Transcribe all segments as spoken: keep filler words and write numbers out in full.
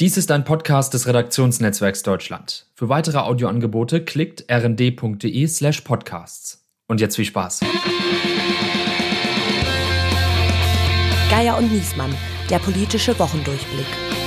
Dies ist ein Podcast des Redaktionsnetzwerks Deutschland. Für weitere Audioangebote klickt rnd.de slash podcasts. Und jetzt viel Spaß. Geier und Niesmann, der politische Wochendurchblick.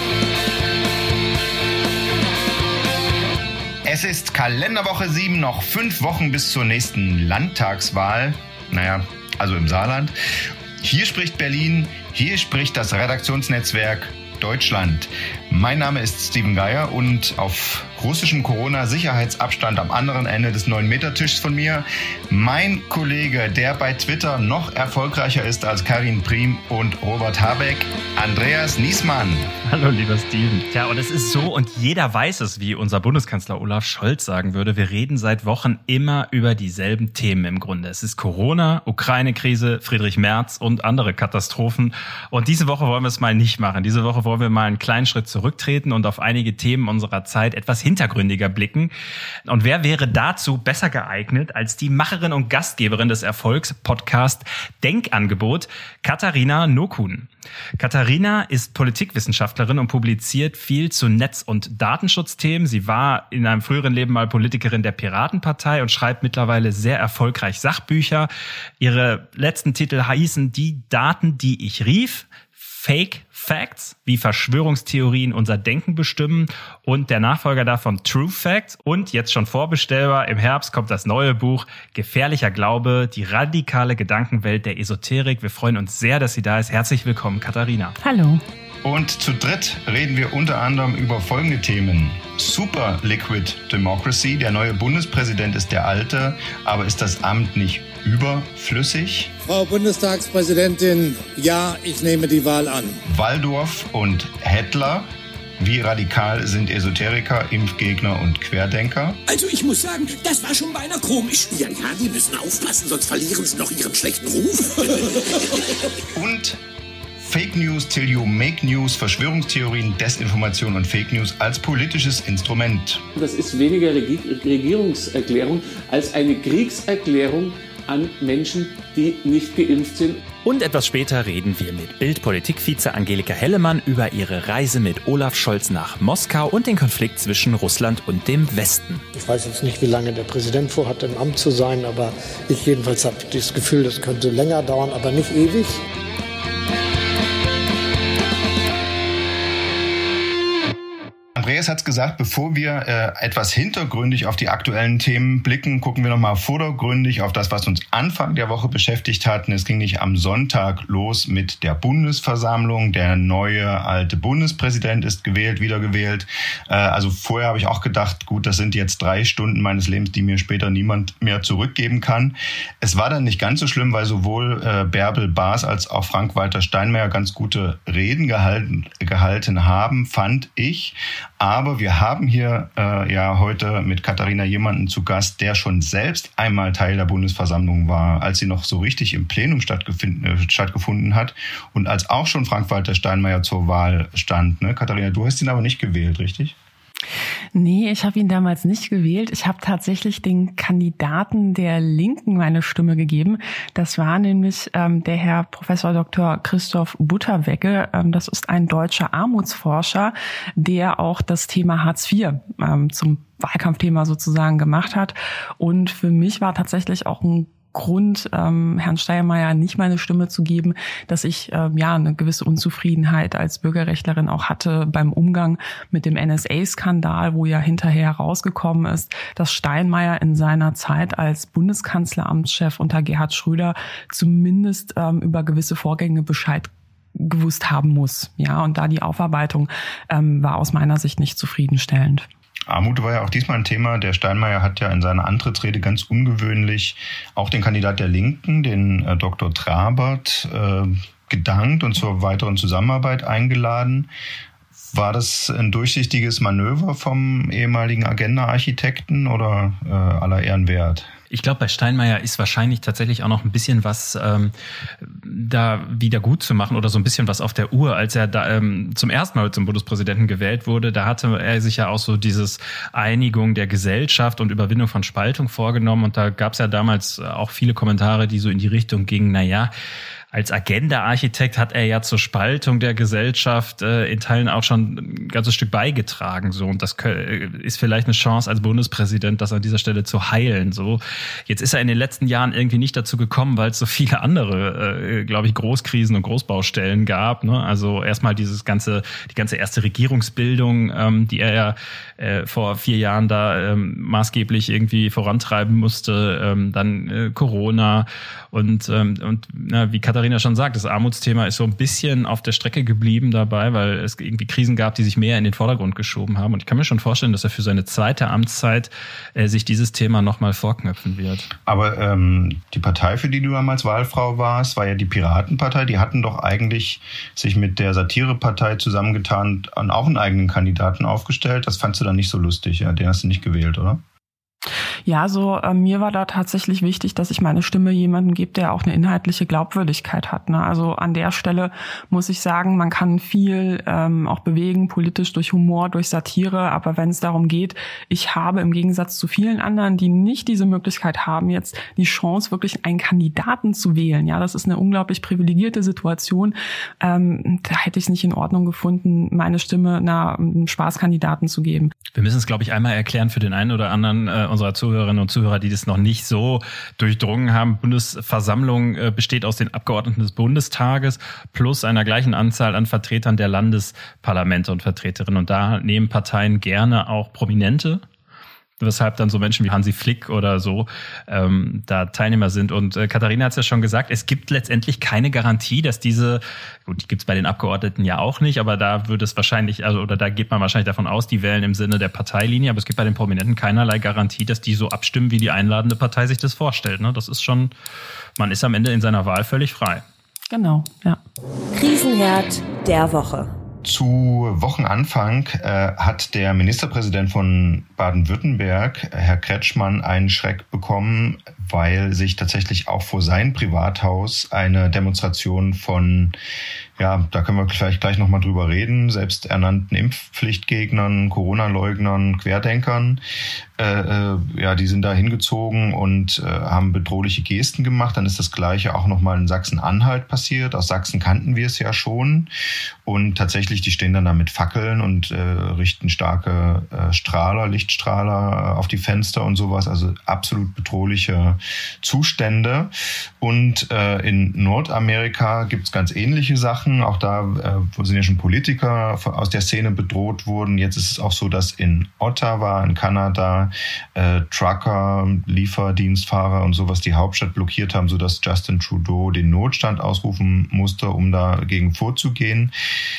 Es ist Kalenderwoche sieben, noch fünf Wochen bis zur nächsten Landtagswahl. Naja, also im Saarland. Hier spricht Berlin, hier spricht das Redaktionsnetzwerk Deutschland. Mein Name ist Steven Geier und auf russischem Corona-Sicherheitsabstand am anderen Ende des neun Meter Tischs von mir mein Kollege, der bei Twitter noch erfolgreicher ist als Karin Priem und Robert Habeck, Andreas Niesmann. Hallo lieber Steven. Tja, und es ist so, und jeder weiß es, wie unser Bundeskanzler Olaf Scholz sagen würde, wir reden seit Wochen immer über dieselben Themen im Grunde. Es ist Corona, Ukraine-Krise, Friedrich Merz und andere Katastrophen. Und diese Woche wollen wir es mal nicht machen. Diese Woche wollen wir mal einen kleinen Schritt zurücktreten und auf einige Themen unserer Zeit etwas hintergründiger blicken. Und wer wäre dazu besser geeignet als die Macherin und Gastgeberin des Erfolgspodcasts Denkangebot, Katharina Nokun. Katharina ist Politikwissenschaftlerin und publiziert viel zu Netz- und Datenschutzthemen. Sie war in einem früheren Leben mal Politikerin der Piratenpartei und schreibt mittlerweile sehr erfolgreich Sachbücher. Ihre letzten Titel hießen Die Daten, die ich rief, Fake Facts, wie Verschwörungstheorien unser Denken bestimmen, und der Nachfolger davon True Facts. Und jetzt schon vorbestellbar, im Herbst kommt das neue Buch Gefährlicher Glaube, die radikale Gedankenwelt der Esoterik. Wir freuen uns sehr, dass sie da ist. Herzlich willkommen, Katharina. Hallo. Und zu dritt reden wir unter anderem über folgende Themen. Super Liquid Democracy. Der neue Bundespräsident ist der alte, aber ist das Amt nicht überflüssig? Frau Bundestagspräsidentin, ja, ich nehme die Wahl an. Waldorf und Hettler. Wie radikal sind Esoteriker, Impfgegner und Querdenker? Also ich muss sagen, das war schon beinahe komisch. Ja, ja, die müssen aufpassen, sonst verlieren sie noch ihren schlechten Ruf. Und Fake News till you make News, Verschwörungstheorien, Desinformation und Fake News als politisches Instrument. Das ist weniger Reg- Regierungserklärung als eine Kriegserklärung an Menschen, die nicht geimpft sind. Und etwas später reden wir mit Bild-Politik-Vize Angelika Hellemann über ihre Reise mit Olaf Scholz nach Moskau und den Konflikt zwischen Russland und dem Westen. Ich weiß jetzt nicht, wie lange der Präsident vorhat, im Amt zu sein, aber ich jedenfalls habe das Gefühl, das könnte länger dauern, aber nicht ewig. Andreas hat es gesagt, bevor wir äh, etwas hintergründig auf die aktuellen Themen blicken, gucken wir nochmal vordergründig auf das, was uns Anfang der Woche beschäftigt hat. Und es ging nicht am Sonntag los mit der Bundesversammlung. Der neue alte Bundespräsident ist gewählt, wiedergewählt. Äh, also vorher habe ich auch gedacht, gut, das sind jetzt drei Stunden meines Lebens, die mir später niemand mehr zurückgeben kann. Es war dann nicht ganz so schlimm, weil sowohl äh, Bärbel Baas als auch Frank-Walter Steinmeier ganz gute Reden gehalten, gehalten haben, fand ich. Aber wir haben hier äh, ja heute mit Katharina jemanden zu Gast, der schon selbst einmal Teil der Bundesversammlung war, als sie noch so richtig im Plenum stattgefunden, äh, stattgefunden hat und als auch schon Frank-Walter Steinmeier zur Wahl stand. Ne? Katharina, du hast ihn aber nicht gewählt, richtig? Nee, ich habe ihn damals nicht gewählt. Ich habe tatsächlich den Kandidaten der Linken meine Stimme gegeben. Das war nämlich ähm, der Herr Professor Doktor Christoph Butterwegge. Ähm, das ist ein deutscher Armutsforscher, der auch das Thema Hartz vier ähm, zum Wahlkampfthema sozusagen gemacht hat. Und für mich war tatsächlich auch ein Grund, ähm, Herrn Steinmeier nicht meine Stimme zu geben, dass ich ähm, ja eine gewisse Unzufriedenheit als Bürgerrechtlerin auch hatte beim Umgang mit dem N S A-Skandal, wo ja hinterher rausgekommen ist, dass Steinmeier in seiner Zeit als Bundeskanzleramtschef unter Gerhard Schröder zumindest ähm, über gewisse Vorgänge Bescheid gewusst haben muss. Ja, und da die Aufarbeitung ähm, war aus meiner Sicht nicht zufriedenstellend. Armut war ja auch diesmal ein Thema. Der Steinmeier hat ja in seiner Antrittsrede ganz ungewöhnlich auch den Kandidat der Linken, den äh, Doktor Trabert, äh, gedankt und zur weiteren Zusammenarbeit eingeladen. War das ein durchsichtiges Manöver vom ehemaligen Agenda-Architekten oder äh, aller Ehren wert? Ich glaube, bei Steinmeier ist wahrscheinlich tatsächlich auch noch ein bisschen was ähm, da wieder gut zu machen oder so ein bisschen was auf der Uhr. Als er da ähm, zum ersten Mal zum Bundespräsidenten gewählt wurde, da hatte er sich ja auch so dieses Einigung der Gesellschaft und Überwindung von Spaltung vorgenommen. Und da gab es ja damals auch viele Kommentare, die so in die Richtung gingen, na ja, als Agenda-Architekt hat er ja zur Spaltung der Gesellschaft äh, in Teilen auch schon ein ganzes Stück beigetragen. So, und das ist vielleicht eine Chance als Bundespräsident, das an dieser Stelle zu heilen. So, jetzt ist er in den letzten Jahren irgendwie nicht dazu gekommen, weil es so viele andere, äh, glaube ich, Großkrisen und Großbaustellen gab. Ne? Also erstmal dieses ganze, die ganze erste Regierungsbildung, ähm, die er ja äh, vor vier Jahren da ähm, maßgeblich irgendwie vorantreiben musste. Ähm, dann äh, Corona und ähm, und na, wie Katharina schon sagt, das Armutsthema ist so ein bisschen auf der Strecke geblieben dabei, weil es irgendwie Krisen gab, die sich mehr in den Vordergrund geschoben haben. Und ich kann mir schon vorstellen, dass er für seine zweite Amtszeit äh, sich dieses Thema nochmal vorknöpfen wird. Aber ähm, die Partei, für die du damals Wahlfrau warst, war ja die Piratenpartei. Die hatten doch eigentlich sich mit der Satirepartei zusammengetan und auch einen eigenen Kandidaten aufgestellt. Das fandst du dann nicht so lustig. Ja? Den hast du nicht gewählt, oder? Ja, so äh, mir war da tatsächlich wichtig, dass ich meine Stimme jemandem gebe, der auch eine inhaltliche Glaubwürdigkeit hat. Ne? Also an der Stelle muss ich sagen, man kann viel ähm, auch bewegen, politisch durch Humor, durch Satire. Aber wenn es darum geht, ich habe im Gegensatz zu vielen anderen, die nicht diese Möglichkeit haben, jetzt die Chance, wirklich einen Kandidaten zu wählen. Ja, das ist eine unglaublich privilegierte Situation. Ähm, da hätte ich es nicht in Ordnung gefunden, meine Stimme einer, einem Spaßkandidaten zu geben. Wir müssen es, glaube ich, einmal erklären für den einen oder anderen äh, unserer Zuhörerinnen und Zuhörer, die das noch nicht so durchdrungen haben. Bundesversammlung äh, besteht aus den Abgeordneten des Bundestages plus einer gleichen Anzahl an Vertretern der Landesparlamente und Vertreterinnen. Und da nehmen Parteien gerne auch Prominente, weshalb dann so Menschen wie Hansi Flick oder so ähm, da Teilnehmer sind. Und äh, Katharina hat es ja schon gesagt, es gibt letztendlich keine Garantie, dass diese, gut, die gibt es bei den Abgeordneten ja auch nicht, aber da würde es wahrscheinlich, also oder da geht man wahrscheinlich davon aus, die wählen im Sinne der Parteilinie, aber es gibt bei den Prominenten keinerlei Garantie, dass die so abstimmen, wie die einladende Partei sich das vorstellt. Ne? Das ist schon, man ist am Ende in seiner Wahl völlig frei. Genau, ja. Krisenherd der Woche. Zu Wochenanfang äh, hat der Ministerpräsident von Baden-Württemberg, Herr Kretschmann, einen Schreck bekommen, weil sich tatsächlich auch vor sein Privathaus eine Demonstration von, ja, da können wir vielleicht gleich nochmal drüber reden, selbsternannten Impfpflichtgegnern, Corona-Leugnern, Querdenkern, äh, äh, ja, die sind da hingezogen und äh, haben bedrohliche Gesten gemacht. Dann ist das Gleiche auch nochmal in Sachsen-Anhalt passiert. Aus Sachsen kannten wir es ja schon. Und tatsächlich, die stehen dann da mit Fackeln und äh, richten starke äh, Strahler, Lichtstrahler äh, auf die Fenster und sowas. Also absolut bedrohliche Zustände. Und äh, in Nordamerika gibt's ganz ähnliche Sachen. Auch da äh, sind ja schon Politiker aus der Szene bedroht worden. Jetzt ist es auch so, dass in Ottawa, in Kanada, äh, Trucker, Lieferdienstfahrer und sowas die Hauptstadt blockiert haben, sodass Justin Trudeau den Notstand ausrufen musste, um dagegen vorzugehen.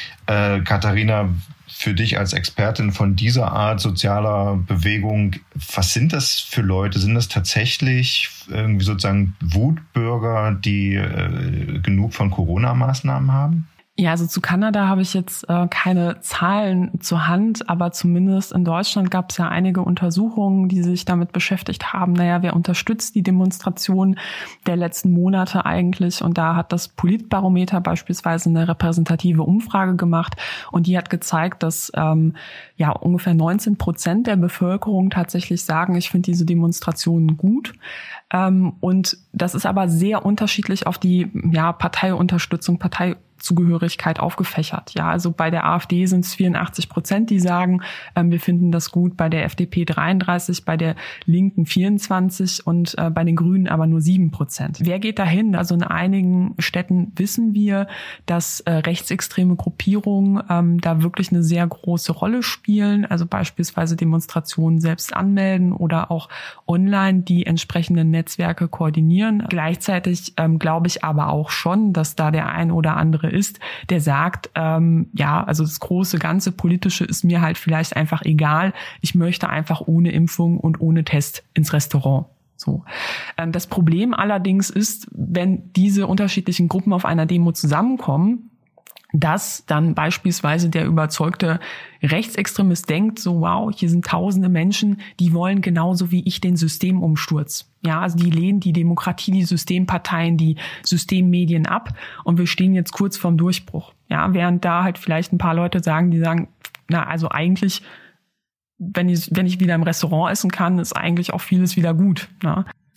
Äh, Katharina, für dich als Expertin von dieser Art sozialer Bewegung, was sind das für Leute? Sind das tatsächlich irgendwie sozusagen Wutbürger, die äh, genug von Corona-Maßnahmen haben? Ja, also zu Kanada habe ich jetzt äh, keine Zahlen zur Hand, aber zumindest in Deutschland gab es ja einige Untersuchungen, die sich damit beschäftigt haben. Naja, wer unterstützt die Demonstration der letzten Monate eigentlich? Und da hat das Politbarometer beispielsweise eine repräsentative Umfrage gemacht und die hat gezeigt, dass ähm, ja ungefähr neunzehn Prozent der Bevölkerung tatsächlich sagen, ich finde diese Demonstrationen gut. Ähm, und das ist aber sehr unterschiedlich auf die ja Parteiunterstützung, Partei Zugehörigkeit aufgefächert. Ja, also bei der AfD sind es vierundachtzig Prozent, die sagen, ähm, wir finden das gut, bei der F D P dreiunddreißig, bei der Linken vierundzwanzig und äh, bei den Grünen aber nur sieben Prozent. Wer geht dahin? Also in einigen Städten wissen wir, dass äh, rechtsextreme Gruppierungen ähm, da wirklich eine sehr große Rolle spielen, also beispielsweise Demonstrationen selbst anmelden oder auch online die entsprechenden Netzwerke koordinieren. Gleichzeitig ähm, glaube ich aber auch schon, dass da der ein oder andere ist, der sagt, ähm, ja, also das große ganze Politische ist mir halt vielleicht einfach egal. Ich möchte einfach ohne Impfung und ohne Test ins Restaurant. So. Ähm, das Problem allerdings ist, wenn diese unterschiedlichen Gruppen auf einer Demo zusammenkommen, dass dann beispielsweise der überzeugte Rechtsextremist denkt, so wow, hier sind tausende Menschen, die wollen genauso wie ich den Systemumsturz. Ja, also die lehnen die Demokratie, die Systemparteien, die Systemmedien ab und wir stehen jetzt kurz vorm Durchbruch. Ja, während da halt vielleicht ein paar Leute sagen, die sagen, na, also eigentlich, wenn ich, wenn ich wieder im Restaurant essen kann, ist eigentlich auch vieles wieder gut. Ja.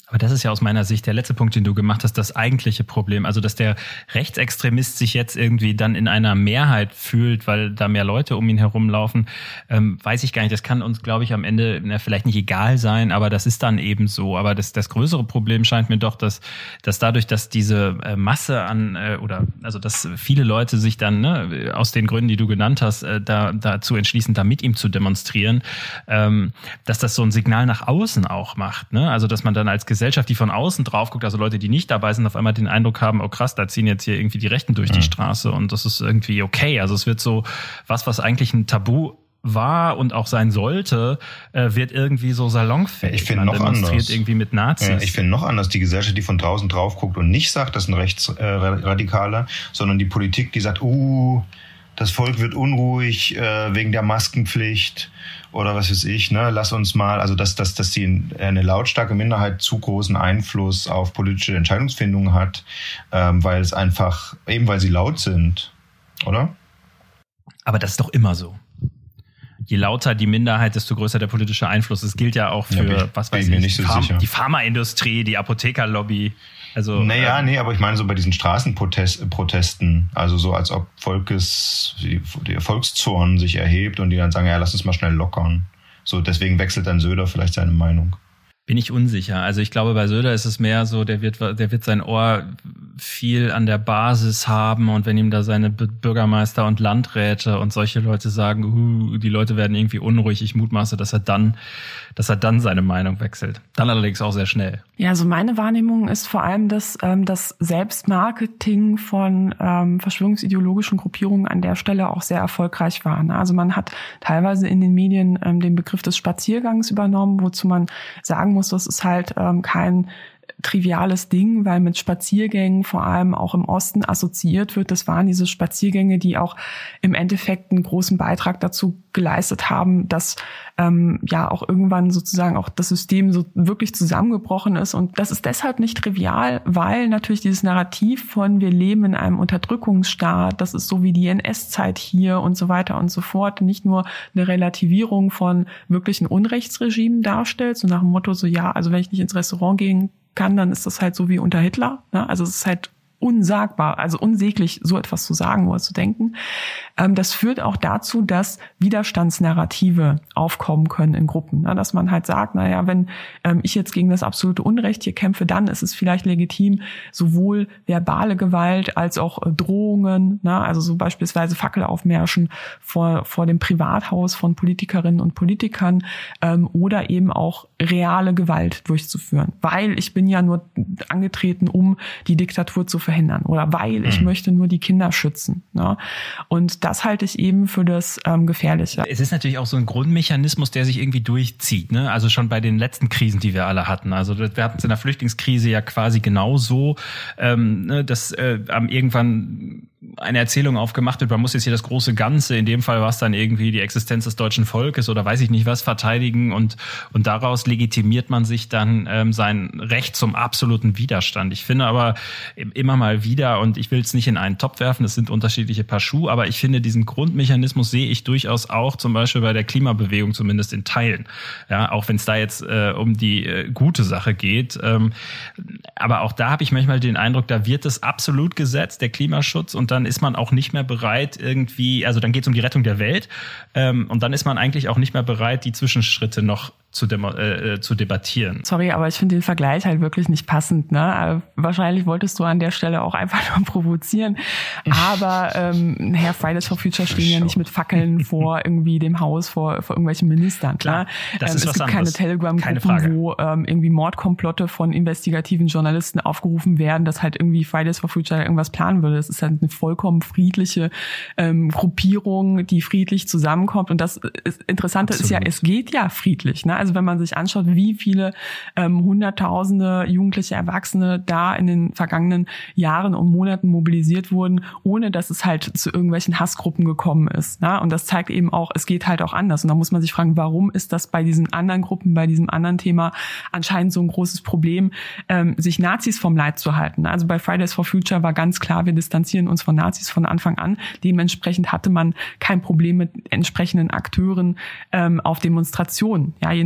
Aber das ist ja aus meiner Sicht der letzte Punkt, den du gemacht hast, das eigentliche Problem. Also, dass der Rechtsextremist sich jetzt irgendwie dann in einer Mehrheit fühlt, weil da mehr Leute um ihn herumlaufen, ähm, weiß ich gar nicht. Das kann uns, glaube ich, am Ende na, vielleicht nicht egal sein, aber das ist dann eben so. Aber das, das größere Problem scheint mir doch, dass, dass dadurch, dass diese äh, Masse an, äh, oder also dass viele Leute sich dann ne, aus den Gründen, die du genannt hast, äh, da dazu entschließen, da mit ihm zu demonstrieren, ähm, dass das so ein Signal nach außen auch macht. Ne? Also, dass man dann als Gesellschaft, die von außen drauf guckt, also Leute, die nicht dabei sind, auf einmal den Eindruck haben, oh krass, da ziehen jetzt hier irgendwie die Rechten durch die Straße und das ist irgendwie okay. Also es wird so was, was eigentlich ein Tabu war und auch sein sollte, äh, wird irgendwie so salonfähig. Ich finde noch demonstriert anders. irgendwie mit Nazis. Ja, ich finde noch anders. Die Gesellschaft, die von draußen drauf guckt und nicht sagt, das ist ein Rechtsradikaler, sondern die Politik, die sagt, uh, das Volk wird unruhig äh, wegen der Maskenpflicht oder was weiß ich, ne, lass uns mal, also dass, dass, dass die eine lautstarke Minderheit zu großen Einfluss auf politische Entscheidungsfindung hat, ähm, weil es einfach, eben weil sie laut sind, oder? Aber das ist doch immer so. Je lauter die Minderheit, desto größer der politische Einfluss. Das gilt ja auch für, ja, ich, was weiß ich, nicht so Pharma, die Pharmaindustrie, die Apothekerlobby. Also, naja, ähm, nee, aber ich meine so bei diesen Straßenprotesten, also so als ob Volkes, der Volkszorn sich erhebt und die dann sagen, ja, lass uns mal schnell lockern. So, deswegen wechselt dann Söder vielleicht seine Meinung. Bin ich unsicher. Also ich glaube, bei Söder ist es mehr so, der wird, der wird sein Ohr viel an der Basis haben und wenn ihm da seine Bürgermeister und Landräte und solche Leute sagen, uh, die Leute werden irgendwie unruhig, ich mutmaße, dass er dann, dass er dann seine Meinung wechselt. Dann allerdings auch sehr schnell. Ja, also meine Wahrnehmung ist vor allem, dass ähm, das Selbstmarketing von ähm, verschwörungsideologischen Gruppierungen an der Stelle auch sehr erfolgreich war. Ne? Also man hat teilweise in den Medien ähm, den Begriff des Spaziergangs übernommen, wozu man sagen muss, das ist halt ähm, kein triviales Ding, weil mit Spaziergängen vor allem auch im Osten assoziiert wird. Das waren diese Spaziergänge, die auch im Endeffekt einen großen Beitrag dazu geleistet haben, dass ähm, ja auch irgendwann sozusagen auch das System so wirklich zusammengebrochen ist. Und das ist deshalb nicht trivial, weil natürlich dieses Narrativ von wir leben in einem Unterdrückungsstaat, das ist so wie die N S-Zeit hier und so weiter und so fort, nicht nur eine Relativierung von wirklichen Unrechtsregimen darstellt, so nach dem Motto so ja, also wenn ich nicht ins Restaurant gehen kann, dann ist das halt so wie unter Hitler. Ne? Also es ist halt unsagbar, also unsäglich, so etwas zu sagen oder zu denken. Ähm, das führt auch dazu, dass Widerstandsnarrative aufkommen können in Gruppen. Ne? Dass man halt sagt, naja, wenn ähm, ich jetzt gegen das absolute Unrecht hier kämpfe, dann ist es vielleicht legitim, sowohl verbale Gewalt als auch äh, Drohungen, ne? Also so beispielsweise Fackelaufmärschen vor, vor dem Privathaus von Politikerinnen und Politikern ähm, oder eben auch reale Gewalt durchzuführen. Weil ich bin ja nur angetreten, um die Diktatur zu verhindern oder weil ich mhm. möchte nur die Kinder schützen. Ne? Und das halte ich eben für das ähm, Gefährliche. Es ist natürlich auch so ein Grundmechanismus, der sich irgendwie durchzieht. Ne? Also schon bei den letzten Krisen, die wir alle hatten. Also wir hatten es in der Flüchtlingskrise ja quasi genauso, ähm, ne, dass äh, irgendwann eine Erzählung aufgemacht wird, man muss jetzt hier das große Ganze, in dem Fall war es dann irgendwie die Existenz des deutschen Volkes oder weiß ich nicht was, verteidigen und und daraus legitimiert man sich dann ähm, sein Recht zum absoluten Widerstand. Ich finde aber immer mal wieder, und ich will es nicht in einen Topf werfen, es sind unterschiedliche Paar Schuhe, aber ich finde, diesen Grundmechanismus sehe ich durchaus auch zum Beispiel bei der Klimabewegung zumindest in Teilen. Ja, auch wenn es da jetzt äh, um die äh, gute Sache geht. Ähm, aber auch da habe ich manchmal den Eindruck, da wird es absolut gesetzt, der Klimaschutz, und dann ist man auch nicht mehr bereit irgendwie, also dann geht es um die Rettung der Welt ähm, und dann ist man eigentlich auch nicht mehr bereit, die Zwischenschritte noch zu, demo, äh, zu debattieren. Sorry, aber ich finde den Vergleich halt wirklich nicht passend. Ne? Wahrscheinlich wolltest du an der Stelle auch einfach nur provozieren. Aber ähm, Herr Fridays for Future stehen ja nicht mit Fackeln vor irgendwie dem Haus, vor, vor irgendwelchen Ministern. Klar, das ähm, ist es was gibt anderes. keine Telegram-Gruppen, wo ähm, irgendwie Mordkomplotte von investigativen Journalisten aufgerufen werden, dass halt irgendwie Fridays for Future irgendwas planen würde. Das ist halt eine vollkommen friedliche ähm, Gruppierung, die friedlich zusammenkommt. Und das ist, Interessante Absolut. ist ja, es geht ja friedlich. Ne? Also wenn man sich anschaut, wie viele ähm, Hunderttausende jugendliche Erwachsene da in den vergangenen Jahren und Monaten mobilisiert wurden, ohne dass es halt zu irgendwelchen Hassgruppen gekommen ist. Ne? Und das zeigt eben auch, es geht halt auch anders. Und da muss man sich fragen, warum ist das bei diesen anderen Gruppen, bei diesem anderen Thema anscheinend so ein großes Problem, ähm, sich Nazis vom Leib zu halten. Also bei Fridays for Future war ganz klar, wir distanzieren uns von Nazis von Anfang an. Dementsprechend hatte man kein Problem mit entsprechenden Akteuren ähm, auf Demonstrationen. Ja, jedenfalls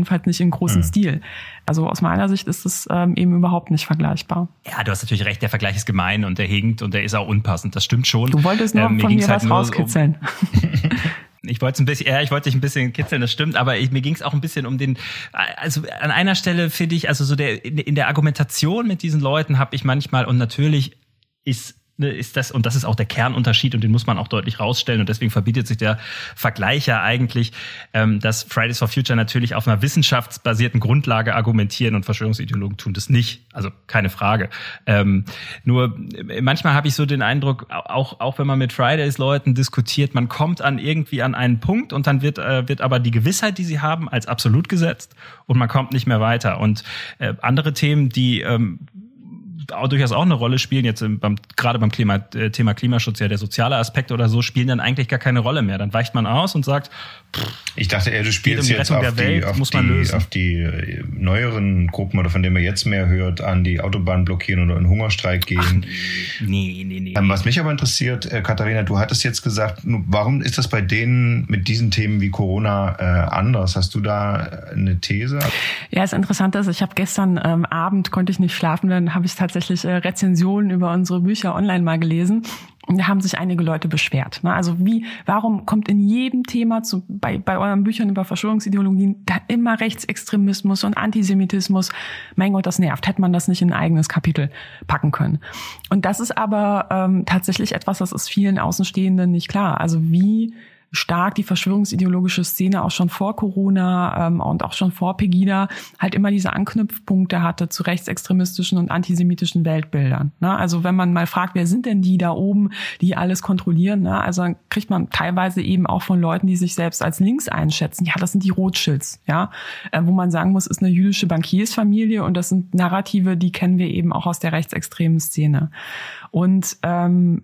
jedenfalls nicht in großem mhm. Stil. Also aus meiner Sicht ist es ähm, eben überhaupt nicht vergleichbar. Ja, du hast natürlich recht, der Vergleich ist gemein und der hinkt und der ist auch unpassend. Das stimmt schon. Du wolltest nur ähm, von mir, mir was halt rauskitzeln. Um Ich wollte ein bisschen, ja, ich wollte dich ein bisschen kitzeln, das stimmt, aber ich, mir ging es auch ein bisschen um den, also an einer Stelle finde ich, also so der in, in der Argumentation mit diesen Leuten habe ich manchmal, und natürlich ist ist das, und das ist auch der Kernunterschied und den muss man auch deutlich rausstellen und deswegen verbietet sich der Vergleich ja eigentlich, ähm, dass Fridays for Future natürlich auf einer wissenschaftsbasierten Grundlage argumentieren und Verschwörungsideologen tun das nicht, also keine Frage. Ähm, nur manchmal habe ich so den Eindruck, auch auch wenn man mit Fridays-Leuten diskutiert, man kommt an irgendwie an einen Punkt und dann wird äh, wird aber die Gewissheit, die sie haben, als absolut gesetzt und man kommt nicht mehr weiter. Und äh, andere Themen, die ähm, auch durchaus auch eine Rolle spielen, jetzt beim, gerade beim Klima, äh, Thema Klimaschutz, ja der soziale Aspekt oder so, spielen dann eigentlich gar keine Rolle mehr. Dann weicht man aus und sagt, pff, ich dachte eher, du spielst um jetzt auf die, Welt, auf, die, auf die neueren Gruppen oder von denen man jetzt mehr hört, an die Autobahn blockieren oder in Hungerstreik gehen. Ach, nee, nee, nee. Ähm, was mich aber interessiert, äh, Katharina, du hattest jetzt gesagt, warum ist das bei denen mit diesen Themen wie Corona äh, anders? Hast du da eine These? Ja, das Interessante ist, ich habe gestern ähm, Abend, konnte ich nicht schlafen, dann habe ich tatsächlich Rezensionen über unsere Bücher online mal gelesen. Und da haben sich einige Leute beschwert. Also wie, warum kommt in jedem Thema zu, bei, bei euren Büchern über Verschwörungsideologien da immer Rechtsextremismus und Antisemitismus? Mein Gott, das nervt. Hätte man das nicht in ein eigenes Kapitel packen können. Und das ist aber ähm, tatsächlich etwas, das ist vielen Außenstehenden nicht klar. Also wie stark die verschwörungsideologische Szene auch schon vor Corona ähm, und auch schon vor Pegida halt immer diese Anknüpfpunkte hatte zu rechtsextremistischen und antisemitischen Weltbildern. Ne? Also wenn man mal fragt, wer sind denn die da oben, die alles kontrollieren, ne? Also dann kriegt man teilweise eben auch von Leuten, die sich selbst als links einschätzen, ja, das sind die Rothschilds, ja, äh, wo man sagen muss, ist eine jüdische Bankiersfamilie und das sind Narrative, die kennen wir eben auch aus der rechtsextremen Szene. Und ähm,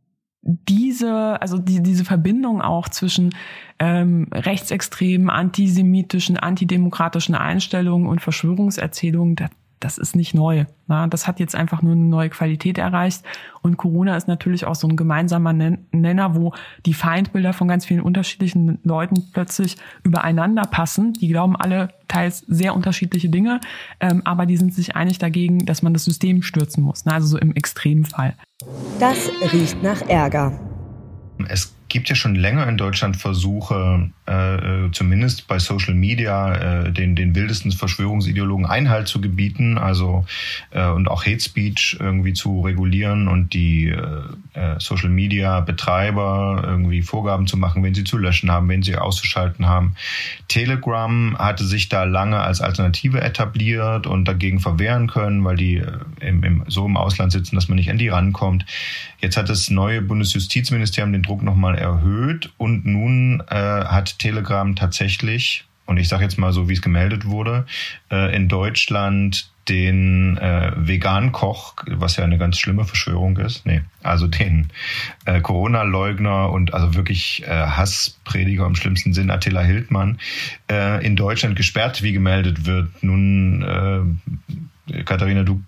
diese, also die, diese Verbindung auch zwischen ähm, rechtsextremen, antisemitischen, antidemokratischen Einstellungen und Verschwörungserzählungen, das, das ist nicht neu. Na? Das hat jetzt einfach nur eine neue Qualität erreicht. Und Corona ist natürlich auch so ein gemeinsamer Nenner, wo die Feindbilder von ganz vielen unterschiedlichen Leuten plötzlich übereinander passen. Die glauben alle teils sehr unterschiedliche Dinge, ähm, aber die sind sich einig dagegen, dass man das System stürzen muss. Na? Also so im Extremfall. Das riecht nach Ärger. Es gibt ja schon länger in Deutschland Versuche, äh, zumindest bei Social Media, äh, den, den wildesten Verschwörungsideologen Einhalt zu gebieten, also äh, und auch Hate Speech irgendwie zu regulieren und die äh, Social Media Betreiber irgendwie Vorgaben zu machen, wenn sie zu löschen haben, wenn sie auszuschalten haben. Telegram hatte sich da lange als Alternative etabliert und dagegen verwehren können, weil die äh, im, im, so im Ausland sitzen, dass man nicht an die rankommt. Jetzt hat das neue Bundesjustizministerium den Druck nochmal erhöht und nun äh, hat Telegram tatsächlich, und ich sage jetzt mal so, wie es gemeldet wurde, äh, in Deutschland den äh, Vegan-Koch, was ja eine ganz schlimme Verschwörung ist, nee, also den äh, Corona-Leugner und also wirklich äh, Hassprediger im schlimmsten Sinn, Attila Hildmann, äh, in Deutschland gesperrt, wie gemeldet wird. Nun, äh, Katharina, du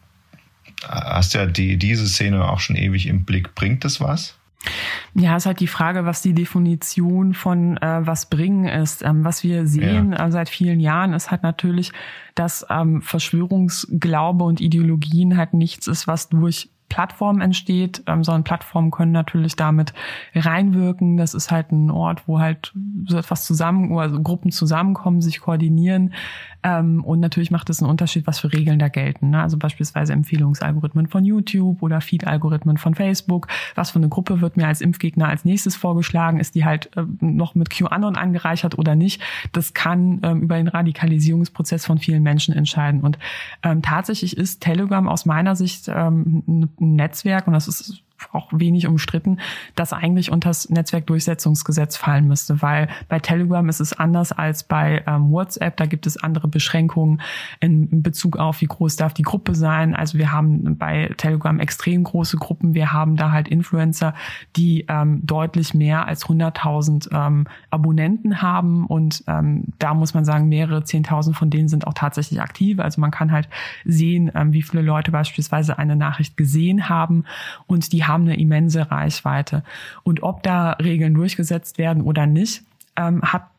hast ja die, diese Szene auch schon ewig im Blick. Bringt das was? Ja, ist halt die Frage, was die Definition von äh, was bringen ist. Ähm, was wir sehen ja. äh, seit vielen Jahren ist halt natürlich, dass ähm, Verschwörungsglaube und Ideologien halt nichts ist, was durch Plattformen entsteht, ähm, sondern Plattformen können natürlich damit reinwirken. Das ist halt ein Ort, wo halt so etwas zusammen, also Gruppen zusammenkommen, sich koordinieren. Ähm, und natürlich macht es einen Unterschied, was für Regeln da gelten. Ne? Also beispielsweise Empfehlungsalgorithmen von YouTube oder Feed-Algorithmen von Facebook. Was für eine Gruppe wird mir als Impfgegner als nächstes vorgeschlagen? Ist die halt äh, noch mit QAnon angereichert oder nicht? Das kann ähm, über den Radikalisierungsprozess von vielen Menschen entscheiden. Und ähm, tatsächlich ist Telegram aus meiner Sicht ähm, ein Netzwerk, und das ist auch wenig umstritten, das eigentlich unter das Netzwerkdurchsetzungsgesetz fallen müsste, weil bei Telegram ist es anders als bei ähm, WhatsApp, da gibt es andere Beschränkungen in Bezug auf, wie groß darf die Gruppe sein. Also wir haben bei Telegram extrem große Gruppen, wir haben da halt Influencer, die ähm, deutlich mehr als hunderttausend ähm, Abonnenten haben und ähm, da muss man sagen, mehrere zehntausend von denen sind auch tatsächlich aktiv. Also man kann halt sehen, ähm, wie viele Leute beispielsweise eine Nachricht gesehen haben und die haben eine immense Reichweite. Und ob da Regeln durchgesetzt werden oder nicht, ähm, hat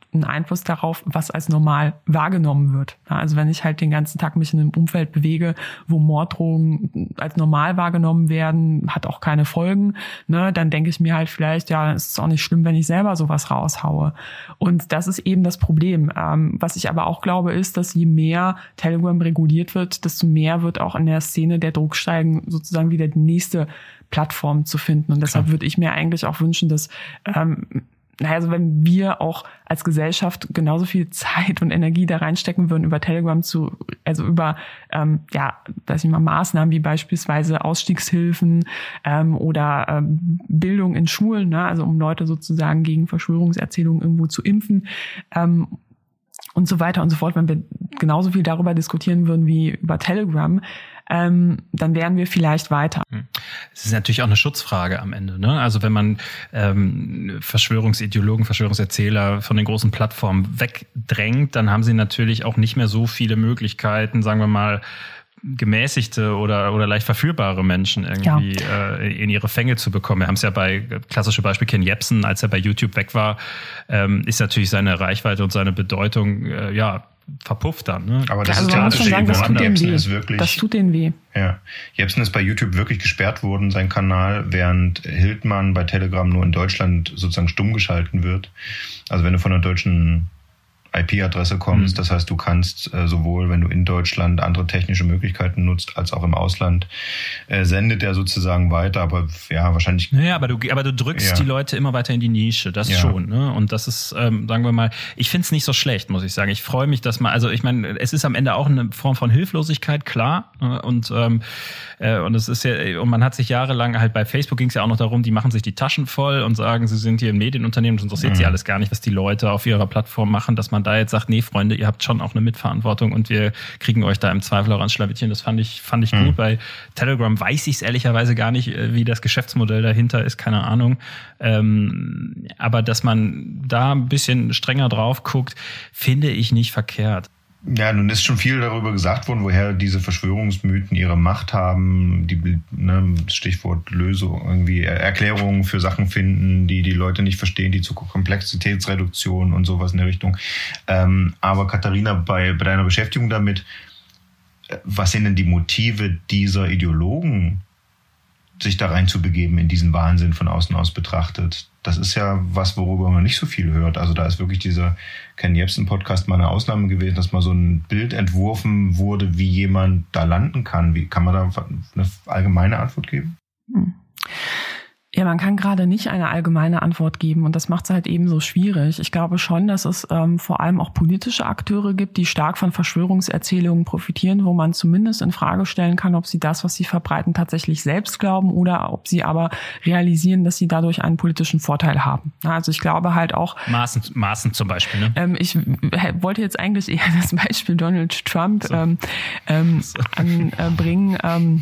einen Einfluss darauf, was als normal wahrgenommen wird. Also wenn ich halt den ganzen Tag mich in einem Umfeld bewege, wo Morddrohungen als normal wahrgenommen werden, hat auch keine Folgen, ne, dann denke ich mir halt vielleicht, ja, es ist auch nicht schlimm, wenn ich selber sowas raushaue. Und das ist eben das Problem. Ähm, was ich aber auch glaube, ist, dass je mehr Telegram reguliert wird, desto mehr wird auch in der Szene der Druck steigen, sozusagen wieder die nächste Plattform zu finden. Und deshalb Klar. würde ich mir eigentlich auch wünschen, dass ähm, naja, also wenn wir auch als Gesellschaft genauso viel Zeit und Energie da reinstecken würden, über Telegram zu, also über, ähm, ja, weiß ich mal, Maßnahmen wie beispielsweise Ausstiegshilfen ähm, oder ähm, Bildung in Schulen, ne, also um Leute sozusagen gegen Verschwörungserzählungen irgendwo zu impfen, ähm, und so weiter und so fort, wenn wir genauso viel darüber diskutieren würden wie über Telegram, ähm, dann wären wir vielleicht weiter. Es ist natürlich auch eine Schutzfrage am Ende, ne? Also wenn man ähm, Verschwörungsideologen, Verschwörungserzähler von den großen Plattformen wegdrängt, dann haben sie natürlich auch nicht mehr so viele Möglichkeiten, sagen wir mal, gemäßigte oder oder leicht verführbare Menschen irgendwie ja. äh, in ihre Fänge zu bekommen. Wir haben es ja bei, klassische Beispiel Ken Jebsen, als er bei YouTube weg war, ähm, ist natürlich seine Reichweite und seine Bedeutung äh, ja verpufft dann. Ne? Aber das also ist man muss schon sagen, das tut denen weh. Ist wirklich, das tut denen weh. Ja, Jebsen ist bei YouTube wirklich gesperrt worden, sein Kanal, während Hildmann bei Telegram nur in Deutschland sozusagen stumm geschalten wird. Also wenn du von einer deutschen I P-Adresse kommst. Mhm. Das heißt, du kannst äh, sowohl, wenn du in Deutschland andere technische Möglichkeiten nutzt, als auch im Ausland, äh, sendet er sozusagen weiter. Aber ja, wahrscheinlich... Naja, aber du, aber du drückst ja. die Leute immer weiter in die Nische. Das ja. schon. Ne? Und das ist, ähm, sagen wir mal, ich find's nicht so schlecht, muss ich sagen. Ich freue mich, dass man, also ich meine, es ist am Ende auch eine Form von Hilflosigkeit, klar. Ne? Und ähm, äh, und es ist ja, und man hat sich jahrelang halt bei Facebook ging's ja auch noch darum, die machen sich die Taschen voll und sagen, sie sind hier ein Medienunternehmen, das interessiert mhm. sie alles gar nicht, was die Leute auf ihrer Plattform machen, dass man da jetzt sagt, nee, Freunde, ihr habt schon auch eine Mitverantwortung und wir kriegen euch da im Zweifel auch ans Schlawittchen. Das fand ich, fand ich mhm. gut. Bei Telegram weiß ich es ehrlicherweise gar nicht, wie das Geschäftsmodell dahinter ist, keine Ahnung. Ähm, aber dass man da ein bisschen strenger drauf guckt, finde ich nicht verkehrt. Ja, nun ist schon viel darüber gesagt worden, woher diese Verschwörungsmythen ihre Macht haben. Die, ne, Stichwort Lösung, irgendwie Erklärungen für Sachen finden, die die Leute nicht verstehen, die zu Komplexitätsreduktion und sowas in der Richtung. Ähm, aber Katharina, bei, bei deiner Beschäftigung damit, was sind denn die Motive dieser Ideologen, sich da reinzubegeben in diesen Wahnsinn von außen aus betrachtet? Das ist ja was, worüber man nicht so viel hört. Also da ist wirklich dieser Ken Jebsen-Podcast mal eine Ausnahme gewesen, dass mal so ein Bild entworfen wurde, wie jemand da landen kann. Wie kann man da eine allgemeine Antwort geben? Hm. Ja, man kann gerade nicht eine allgemeine Antwort geben und das macht es halt eben so schwierig. Ich glaube schon, dass es ähm, vor allem auch politische Akteure gibt, die stark von Verschwörungserzählungen profitieren, wo man zumindest in Frage stellen kann, ob sie das, was sie verbreiten, tatsächlich selbst glauben oder ob sie aber realisieren, dass sie dadurch einen politischen Vorteil haben. Also ich glaube halt auch... Maßen, Maßen zum Beispiel, ne? Ähm, ich wollte jetzt eigentlich eher das Beispiel Donald Trump so. ähm, ähm, so. anbringen, ähm,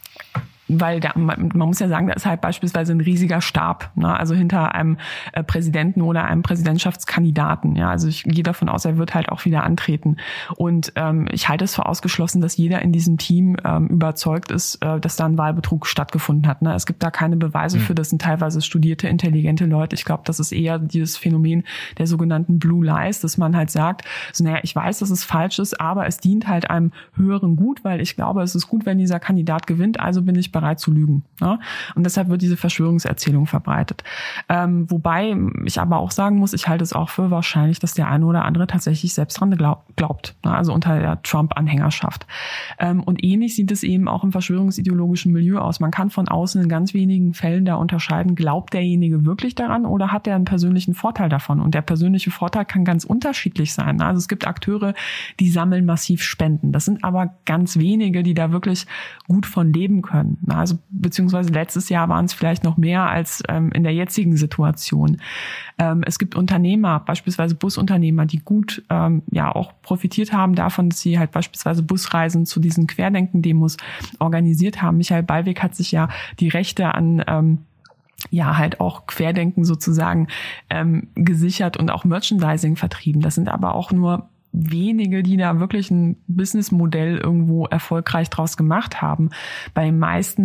weil da, man, man muss ja sagen, da ist halt beispielsweise ein riesiger Stab, ne? Also hinter einem äh, Präsidenten oder einem Präsidentschaftskandidaten. Ja, also ich gehe davon aus, er wird halt auch wieder antreten. Und ähm, ich halte es für ausgeschlossen, dass jeder in diesem Team ähm, überzeugt ist, äh, dass da ein Wahlbetrug stattgefunden hat. Ne? Es gibt da keine Beweise mhm. für, das sind teilweise studierte, intelligente Leute. Ich glaube, das ist eher dieses Phänomen der sogenannten Blue Lies, dass man halt sagt, so, naja, ich weiß, dass es falsch ist, aber es dient halt einem höheren Gut, weil ich glaube, es ist gut, wenn dieser Kandidat gewinnt, also bin ich bereit zu lügen. Ne? Und deshalb wird diese Verschwörungserzählung verbreitet. Ähm, wobei ich aber auch sagen muss, ich halte es auch für wahrscheinlich, dass der eine oder andere tatsächlich selbst dran glaub, glaubt. Ne? Also unter der Trump-Anhängerschaft. Ähm, und ähnlich sieht es eben auch im verschwörungsideologischen Milieu aus. Man kann von außen in ganz wenigen Fällen da unterscheiden, glaubt derjenige wirklich daran oder hat er einen persönlichen Vorteil davon? Und der persönliche Vorteil kann ganz unterschiedlich sein. Also es gibt Akteure, die sammeln massiv Spenden. Das sind aber ganz wenige, die da wirklich gut von leben können. Also beziehungsweise letztes Jahr waren es vielleicht noch mehr als ähm, in der jetzigen Situation. Ähm, es gibt Unternehmer, beispielsweise Busunternehmer, die gut ähm, ja auch profitiert haben davon, dass sie halt beispielsweise Busreisen zu diesen Querdenken-Demos organisiert haben. Michael Ballweg hat sich ja die Rechte an ähm, ja halt auch Querdenken sozusagen ähm, gesichert und auch Merchandising vertrieben. Das sind aber auch nur wenige, die da wirklich ein Businessmodell irgendwo erfolgreich draus gemacht haben. Bei den meisten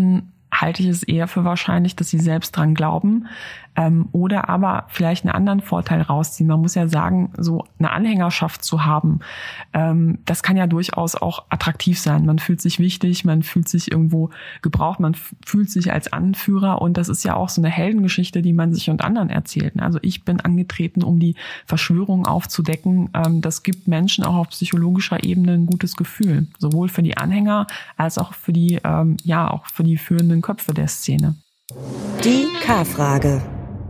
halte ich es eher für wahrscheinlich, dass sie selbst dran glauben ähm, oder aber vielleicht einen anderen Vorteil rausziehen. Man muss ja sagen, so eine Anhängerschaft zu haben, ähm, das kann ja durchaus auch attraktiv sein. Man fühlt sich wichtig, man fühlt sich irgendwo gebraucht, man f- fühlt sich als Anführer und das ist ja auch so eine Heldengeschichte, die man sich und anderen erzählt. Also ich bin angetreten, um die Verschwörung aufzudecken. Ähm, das gibt Menschen auch auf psychologischer Ebene ein gutes Gefühl, sowohl für die Anhänger als auch für die, ähm, ja, auch für die führenden Köpfe der Szene. Die K-Frage.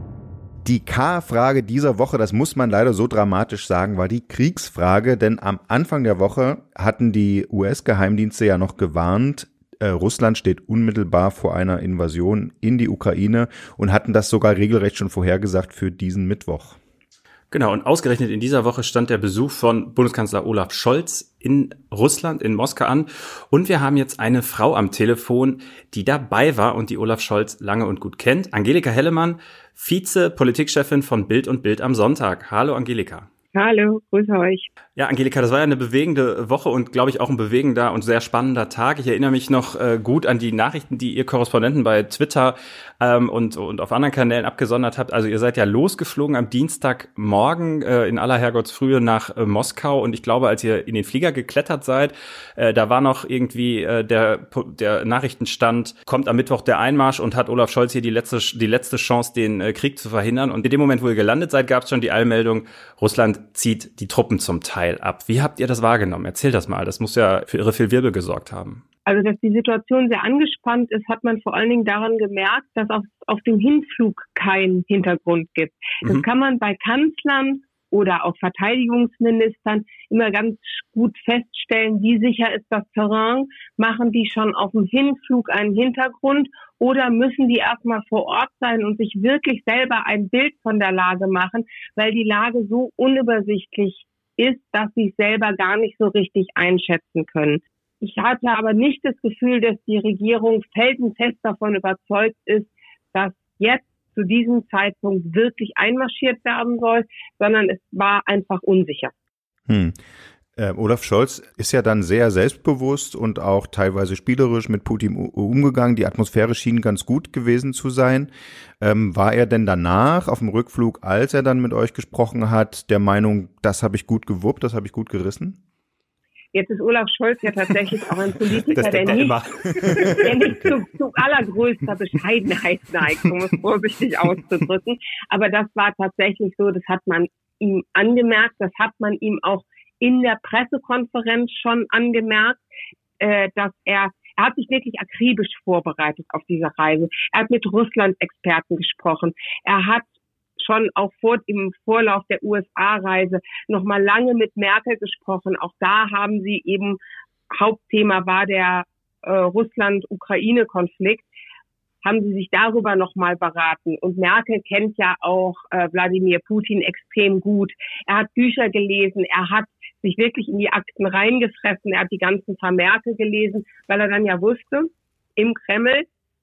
Die K-Frage dieser Woche, das muss man leider so dramatisch sagen, war die Kriegsfrage, denn am Anfang der Woche hatten die U S-Geheimdienste ja noch gewarnt, äh, Russland steht unmittelbar vor einer Invasion in die Ukraine und hatten das sogar regelrecht schon vorhergesagt für diesen Mittwoch. Genau, und ausgerechnet in dieser Woche stand der Besuch von Bundeskanzler Olaf Scholz in Russland, in Moskau an. Und wir haben jetzt eine Frau am Telefon, die dabei war und die Olaf Scholz lange und gut kennt. Angelika Hellemann, Vize-Politikchefin von Bild und Bild am Sonntag. Hallo Angelika. Hallo, grüße euch. Ja, Angelika, das war ja eine bewegende Woche und, glaube ich, auch ein bewegender und sehr spannender Tag. Ich erinnere mich noch äh, gut an die Nachrichten, die ihr Korrespondenten bei Twitter ähm, und, und auf anderen Kanälen abgesondert habt. Also ihr seid ja losgeflogen am Dienstagmorgen äh, in aller Herrgottsfrühe nach äh, Moskau und ich glaube, als ihr in den Flieger geklettert seid, äh, da war noch irgendwie äh, der, der Nachrichtenstand, kommt am Mittwoch der Einmarsch und hat Olaf Scholz hier die letzte, die letzte Chance, den äh, Krieg zu verhindern. Und in dem Moment, wo ihr gelandet seid, gab es schon die Eilmeldung, Russland zieht die Truppen zum Teil ab. Wie habt ihr das wahrgenommen? Erzähl das mal. Das muss ja für irre viel Wirbel gesorgt haben. Also, dass die Situation sehr angespannt ist, hat man vor allen Dingen daran gemerkt, dass auf, auf dem Hinflug keinen Hintergrund gibt. Mhm. Das kann man bei Kanzlern oder auch Verteidigungsministern immer ganz gut feststellen, wie sicher ist das Terrain, machen die schon auf dem Hinflug einen Hintergrund oder müssen die erstmal vor Ort sein und sich wirklich selber ein Bild von der Lage machen, weil die Lage so unübersichtlich ist, dass sie es selber gar nicht so richtig einschätzen können. Ich hatte aber nicht das Gefühl, dass die Regierung felsenfest davon überzeugt ist, dass jetzt zu diesem Zeitpunkt wirklich einmarschiert werden soll, sondern es war einfach unsicher. Hm. Äh, Olaf Scholz ist ja dann sehr selbstbewusst und auch teilweise spielerisch mit Putin umgegangen. Die Atmosphäre schien ganz gut gewesen zu sein. Ähm, war er denn danach auf dem Rückflug, als er dann mit euch gesprochen hat, der Meinung, das habe ich gut gewuppt, das habe ich gut gerissen? Jetzt ist Olaf Scholz ja tatsächlich auch ein Politiker, der nicht, der nicht zu, zu allergrößter Bescheidenheit neigt, um es vorsichtig auszudrücken. Aber das war tatsächlich so, das hat man ihm angemerkt, das hat man ihm auch in der Pressekonferenz schon angemerkt, äh, dass er, er hat sich wirklich akribisch vorbereitet auf diese Reise. Er hat mit Russland-Experten gesprochen. Er hat schon auch vor, im Vorlauf der U S A-Reise noch mal lange mit Merkel gesprochen. Auch da haben sie eben, Hauptthema war der äh, Russland-Ukraine-Konflikt, haben sie sich darüber noch mal beraten. Und Merkel kennt ja auch äh, Wladimir Putin extrem gut. Er hat Bücher gelesen, er hat sich wirklich in die Akten reingefressen, er hat die ganzen Vermerke gelesen, weil er dann ja wusste, im Kreml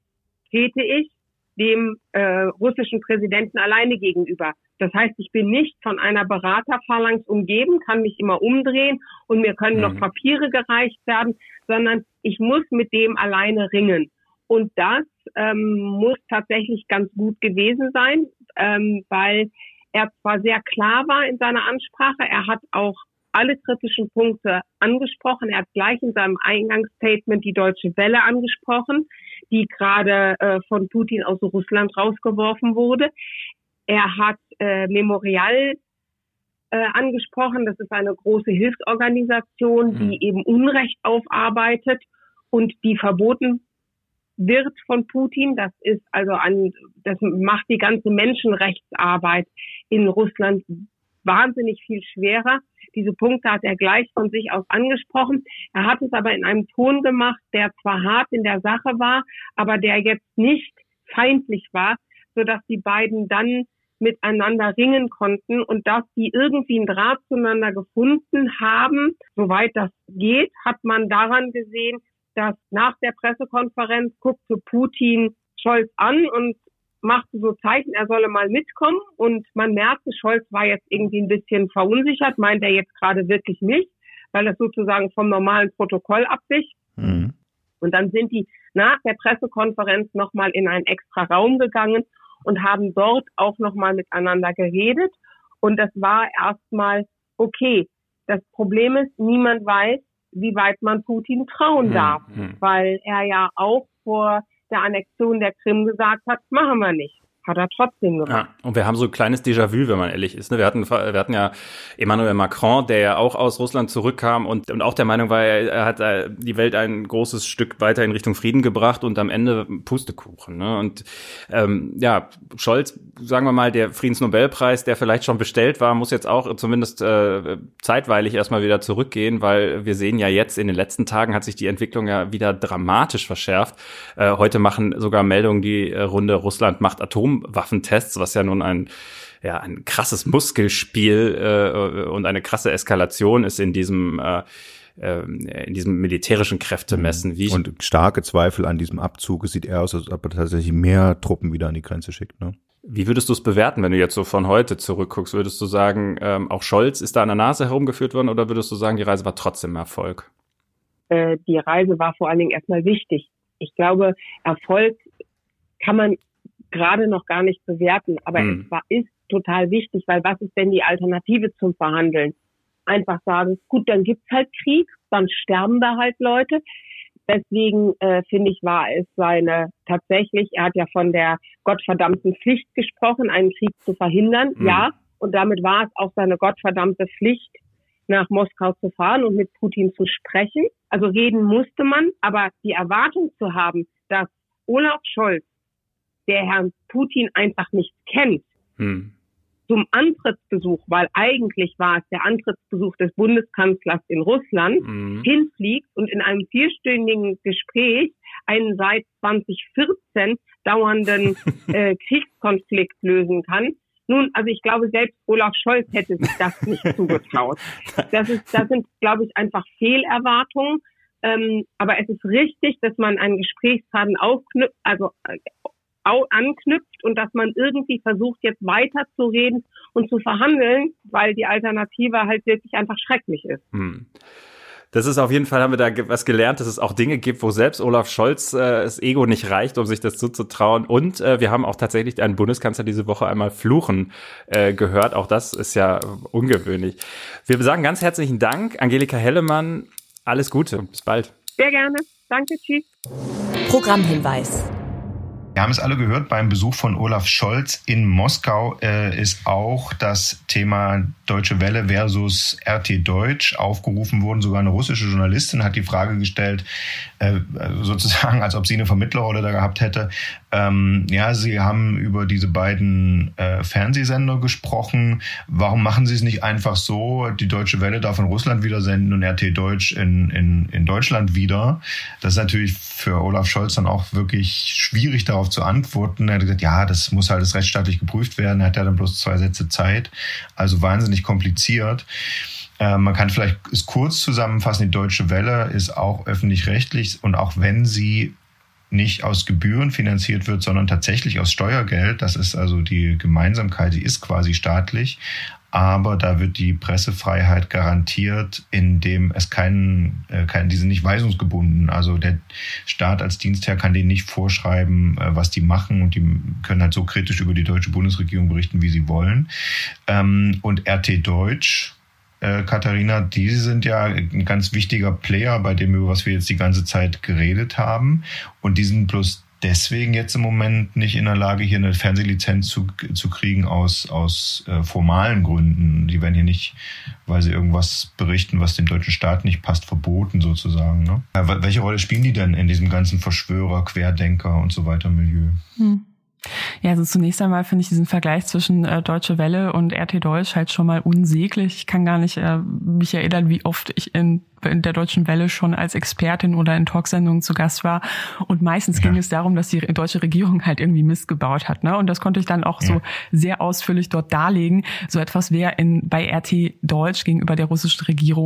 trete ich dem äh, russischen Präsidenten alleine gegenüber. Das heißt, ich bin nicht von einer Beraterphalanx umgeben, kann mich immer umdrehen und mir können mhm. noch Papiere gereicht werden, sondern ich muss mit dem alleine ringen. Und das ähm, muss tatsächlich ganz gut gewesen sein, ähm, weil er zwar sehr klar war in seiner Ansprache, er hat auch alle kritischen Punkte angesprochen. Er hat gleich in seinem Eingangsstatement die Deutsche Welle angesprochen, die gerade äh, von Putin aus Russland rausgeworfen wurde. Er hat äh, Memorial äh, angesprochen. Das ist eine große Hilfsorganisation, die mhm. eben Unrecht aufarbeitet und die verboten wird von Putin. Das ist also ein, das macht die ganze Menschenrechtsarbeit in Russland wahnsinnig viel schwerer. Diese Punkte hat er gleich von sich aus angesprochen. Er hat es aber in einem Ton gemacht, der zwar hart in der Sache war, aber der jetzt nicht feindlich war, sodass die beiden dann miteinander ringen konnten und dass die irgendwie einen Draht zueinander gefunden haben. Soweit das geht, hat man daran gesehen, dass nach der Pressekonferenz guckte Putin Scholz an und machte so Zeichen, er solle mal mitkommen. Und man merkte, Scholz war jetzt irgendwie ein bisschen verunsichert, meint er jetzt gerade wirklich nicht, weil das sozusagen vom normalen Protokoll abwich. Mhm. Und dann sind die nach der Pressekonferenz nochmal in einen extra Raum gegangen und haben dort auch nochmal miteinander geredet. Und das war erstmal okay. Das Problem ist, niemand weiß, wie weit man Putin trauen darf, mhm. weil er ja auch vor der Annexion der Krim gesagt hat, machen wir nicht. Hat er trotzdem gemacht. Ja, und wir haben so ein kleines Déjà-vu, wenn man ehrlich ist. Wir hatten, wir hatten ja Emmanuel Macron, der ja auch aus Russland zurückkam und, und auch der Meinung war, er, er hat die Welt ein großes Stück weiter in Richtung Frieden gebracht und am Ende Pustekuchen. Ne? Und ähm, ja, Scholz, sagen wir mal, der Friedensnobelpreis, der vielleicht schon bestellt war, muss jetzt auch zumindest äh, zeitweilig erstmal wieder zurückgehen, weil wir sehen ja jetzt, in den letzten Tagen hat sich die Entwicklung ja wieder dramatisch verschärft. Äh, heute machen sogar Meldungen die äh, Runde, Russland macht Atom Waffentests, was ja nun ein ja ein krasses Muskelspiel äh, und eine krasse Eskalation ist in diesem äh, in diesem militärischen Kräftemessen. Wie und starke Zweifel an diesem Abzug. Es sieht eher aus, als ob er tatsächlich mehr Truppen wieder an die Grenze schickt. Ne? Wie würdest du es bewerten, wenn du jetzt so von heute zurückguckst? Würdest du sagen, ähm, auch Scholz ist da an der Nase herumgeführt worden oder würdest du sagen, die Reise war trotzdem ein Erfolg? Äh, die Reise war vor allen Dingen erstmal wichtig. Ich glaube, Erfolg kann man gerade noch gar nicht bewerten, aber hm. es war, ist total wichtig, weil was ist denn die Alternative zum Verhandeln? Einfach sagen, gut, dann gibt's halt Krieg, dann sterben da halt Leute. Deswegen äh, finde ich, war es seine tatsächlich, er hat ja von der gottverdammten Pflicht gesprochen, einen Krieg zu verhindern, hm. ja, und damit war es auch seine gottverdammte Pflicht, nach Moskau zu fahren und mit Putin zu sprechen. Also reden musste man, aber die Erwartung zu haben, dass Olaf Scholz, der Herrn Putin einfach nicht kennt, hm. zum Antrittsbesuch, weil eigentlich war es der Antrittsbesuch des Bundeskanzlers in Russland, hm. hinfliegt und in einem vierstündigen Gespräch einen seit zwanzig vierzehn dauernden äh, Kriegskonflikt lösen kann. Nun, also ich glaube, selbst Olaf Scholz hätte sich das nicht zugetraut. Das ist, das sind, glaube ich, einfach Fehlerwartungen. Ähm, aber es ist richtig, dass man einen Gesprächsfaden aufknüpft, also äh, anknüpft und dass man irgendwie versucht, jetzt weiterzureden und zu verhandeln, weil die Alternative halt wirklich einfach schrecklich ist. Hm. Das ist auf jeden Fall, haben wir da was gelernt, dass es auch Dinge gibt, wo selbst Olaf Scholz äh, das Ego nicht reicht, um sich das zuzutrauen. Und äh, wir haben auch tatsächlich einen Bundeskanzler diese Woche einmal fluchen äh, gehört. Auch das ist ja ungewöhnlich. Wir sagen ganz herzlichen Dank, Angelika Hellemann. Alles Gute und bis bald. Sehr gerne. Danke, tschüss. Programmhinweis. Wir haben es alle gehört, beim Besuch von Olaf Scholz in Moskau äh, ist auch das Thema Deutsche Welle versus R T Deutsch aufgerufen worden. Sogar eine russische Journalistin hat die Frage gestellt, äh, sozusagen, als ob sie eine Vermittlerrolle da gehabt hätte. Ähm, ja, Sie haben über diese beiden äh, Fernsehsender gesprochen. Warum machen Sie es nicht einfach so, die Deutsche Welle darf in Russland wieder senden und R T Deutsch in, in, in Deutschland wieder? Das ist natürlich für Olaf Scholz dann auch wirklich schwierig, darauf zu antworten. Er hat gesagt, ja, das muss halt rechtsstaatlich geprüft werden. Er hat ja dann bloß zwei Sätze Zeit. Also wahnsinnig kompliziert. Äh, man kann vielleicht es kurz zusammenfassen. Die Deutsche Welle ist auch öffentlich-rechtlich und auch wenn sie nicht aus Gebühren finanziert wird, sondern tatsächlich aus Steuergeld, das ist also die Gemeinsamkeit, sie ist quasi staatlich, aber da wird die Pressefreiheit garantiert, indem es keinen, äh, kein, die sind nicht weisungsgebunden. Also der Staat als Dienstherr kann denen nicht vorschreiben, äh, was die machen und die können halt so kritisch über die deutsche Bundesregierung berichten, wie sie wollen. Ähm, und R T Deutsch, äh, Katharina, die sind ja ein ganz wichtiger Player, bei dem, über was wir jetzt die ganze Zeit geredet haben. Und die sind bloß deswegen jetzt im Moment nicht in der Lage, hier eine Fernsehlizenz zu, zu kriegen aus, aus äh, formalen Gründen. Die werden hier nicht, weil sie irgendwas berichten, was dem deutschen Staat nicht passt, verboten sozusagen. Ne? Ja, welche Rolle spielen die denn in diesem ganzen Verschwörer, Querdenker und so weiter Milieu? Hm. Ja, also zunächst einmal finde ich diesen Vergleich zwischen äh, Deutsche Welle und R T Deutsch halt schon mal unsäglich. Ich kann gar nicht äh, mich erinnern, wie oft ich in, in der Deutschen Welle schon als Expertin oder in Talksendungen zu Gast war. Und meistens ja. ging es darum, dass die deutsche Regierung halt irgendwie Mist gebaut hat, ne? Und das konnte ich dann auch ja. so sehr ausführlich dort darlegen. So etwas wäre in bei R T Deutsch gegenüber der russischen Regierung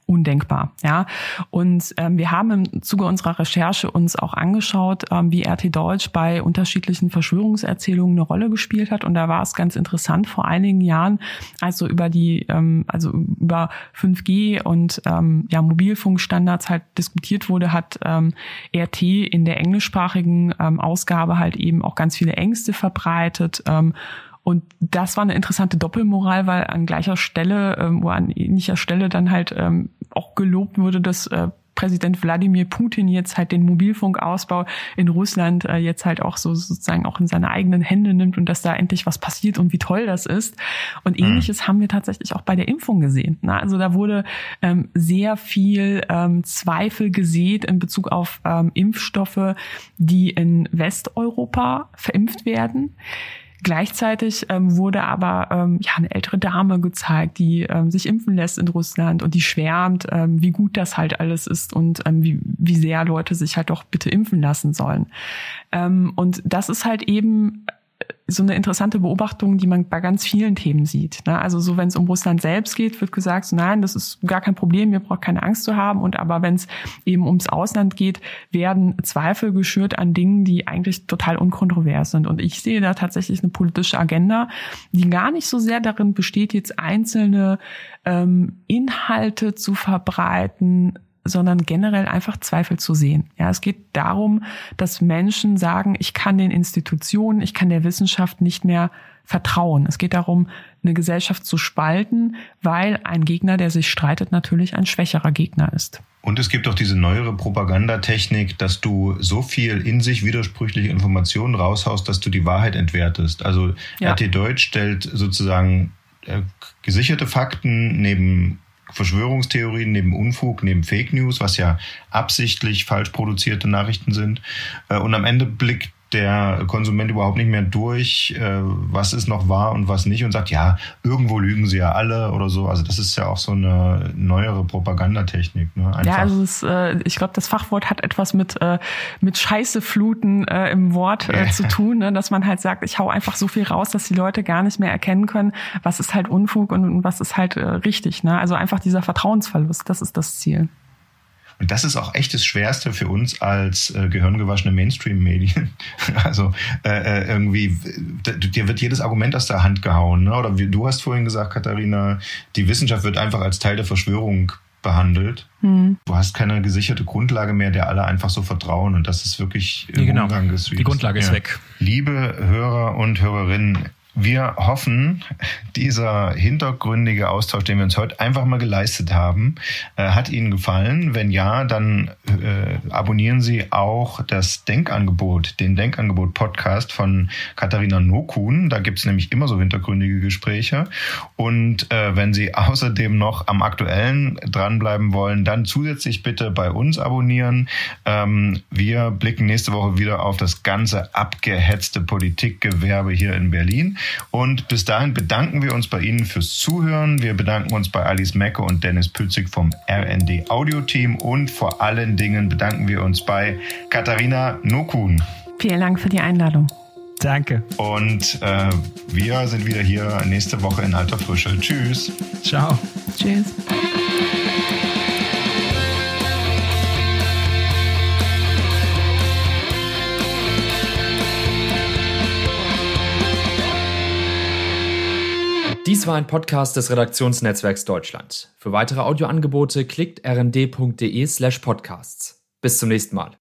undenkbar. Ja, und ähm, wir haben im Zuge unserer Recherche uns auch angeschaut, ähm, wie R T Deutsch bei unterschiedlichen Verschwörungserzählungen eine Rolle gespielt hat. Und da war es ganz interessant vor einigen Jahren, als so über die, ähm, also über fünf G und ähm, ja Mobilfunkstandards halt diskutiert wurde, hat ähm, R T in der englischsprachigen ähm, Ausgabe halt eben auch ganz viele Ängste verbreitet. Ähm, Und das war eine interessante Doppelmoral, weil an gleicher Stelle ähm, oder an ähnlicher Stelle dann halt ähm, auch gelobt wurde, dass äh, Präsident Wladimir Putin jetzt halt den Mobilfunkausbau in Russland äh, jetzt halt auch so sozusagen auch in seine eigenen Hände nimmt und dass da endlich was passiert und wie toll das ist. Und Ähnliches mhm. haben wir tatsächlich auch bei der Impfung gesehen. Na, also da wurde ähm, sehr viel ähm, Zweifel gesät in Bezug auf ähm, Impfstoffe, die in Westeuropa verimpft werden. Gleichzeitig ähm, wurde aber ähm, ja eine ältere Dame gezeigt, die ähm, sich impfen lässt in Russland und die schwärmt, ähm, wie gut das halt alles ist und ähm, wie, wie sehr Leute sich halt doch bitte impfen lassen sollen. Ähm, und das ist halt eben so eine interessante Beobachtung, die man bei ganz vielen Themen sieht. Ne? Also so, wenn es um Russland selbst geht, wird gesagt, so, nein, das ist gar kein Problem, ihr braucht keine Angst zu haben. Und aber wenn es eben ums Ausland geht, werden Zweifel geschürt an Dingen, die eigentlich total unkontrovers sind. Und ich sehe da tatsächlich eine politische Agenda, die gar nicht so sehr darin besteht, jetzt einzelne ähm, Inhalte zu verbreiten, sondern generell einfach Zweifel zu sehen. Ja, es geht darum, dass Menschen sagen, ich kann den Institutionen, ich kann der Wissenschaft nicht mehr vertrauen. Es geht darum, eine Gesellschaft zu spalten, weil ein Gegner, der sich streitet, natürlich ein schwächerer Gegner ist. Und es gibt auch diese neuere Propagandatechnik, dass du so viel in sich widersprüchliche Informationen raushaust, dass du die Wahrheit entwertest. Also ja. R T Deutsch stellt sozusagen äh, gesicherte Fakten neben Verschwörungstheorien, neben Unfug, neben Fake News, was ja absichtlich falsch produzierte Nachrichten sind. Und am Ende blickt der Konsument überhaupt nicht mehr durch, was ist noch wahr und was nicht und sagt, ja, irgendwo lügen sie ja alle oder so. Also das ist ja auch so eine neuere Propagandatechnik. Ne? Ja, also es, äh, ich glaube, das Fachwort hat etwas mit äh, mit Scheißefluten äh, im Wort äh, zu tun, ne? Dass man halt sagt, ich hau einfach so viel raus, dass die Leute gar nicht mehr erkennen können, was ist halt Unfug und, und was ist halt äh, richtig. Ne? Also einfach dieser Vertrauensverlust, das ist das Ziel. Und das ist auch echt das Schwerste für uns als äh, gehirngewaschene Mainstream-Medien. Also äh, irgendwie, dir wird jedes Argument aus der Hand gehauen. Ne? Oder wie du hast vorhin gesagt, Katharina, die Wissenschaft wird einfach als Teil der Verschwörung behandelt. Mhm. Du hast keine gesicherte Grundlage mehr, der alle einfach so vertrauen. Und das ist wirklich im ja, genau. Umgang des Die Grundlage ist ja. weg. Liebe Hörer und Hörerinnen, wir hoffen, dieser hintergründige Austausch, den wir uns heute einfach mal geleistet haben, äh, hat Ihnen gefallen. Wenn ja, dann äh, abonnieren Sie auch das Denkangebot, den Denkangebot-Podcast von Katharina Nokun. Da gibt's nämlich immer so hintergründige Gespräche. Und äh, wenn Sie außerdem noch am Aktuellen dranbleiben wollen, dann zusätzlich bitte bei uns abonnieren. Ähm, wir blicken nächste Woche wieder auf das ganze abgehetzte Politikgewerbe hier in Berlin. Und bis dahin bedanken wir uns bei Ihnen fürs Zuhören. Wir bedanken uns bei Alice Mecke und Dennis Pützig vom R N D Audio Team. Und vor allen Dingen bedanken wir uns bei Katharina Nokun. Vielen Dank für die Einladung. Danke. Und äh, wir sind wieder hier nächste Woche in alter Frische. Tschüss. Ciao. Tschüss. Dies war ein Podcast des Redaktionsnetzwerks Deutschland. Für weitere Audioangebote klickt rnd.de slash podcasts. Bis zum nächsten Mal.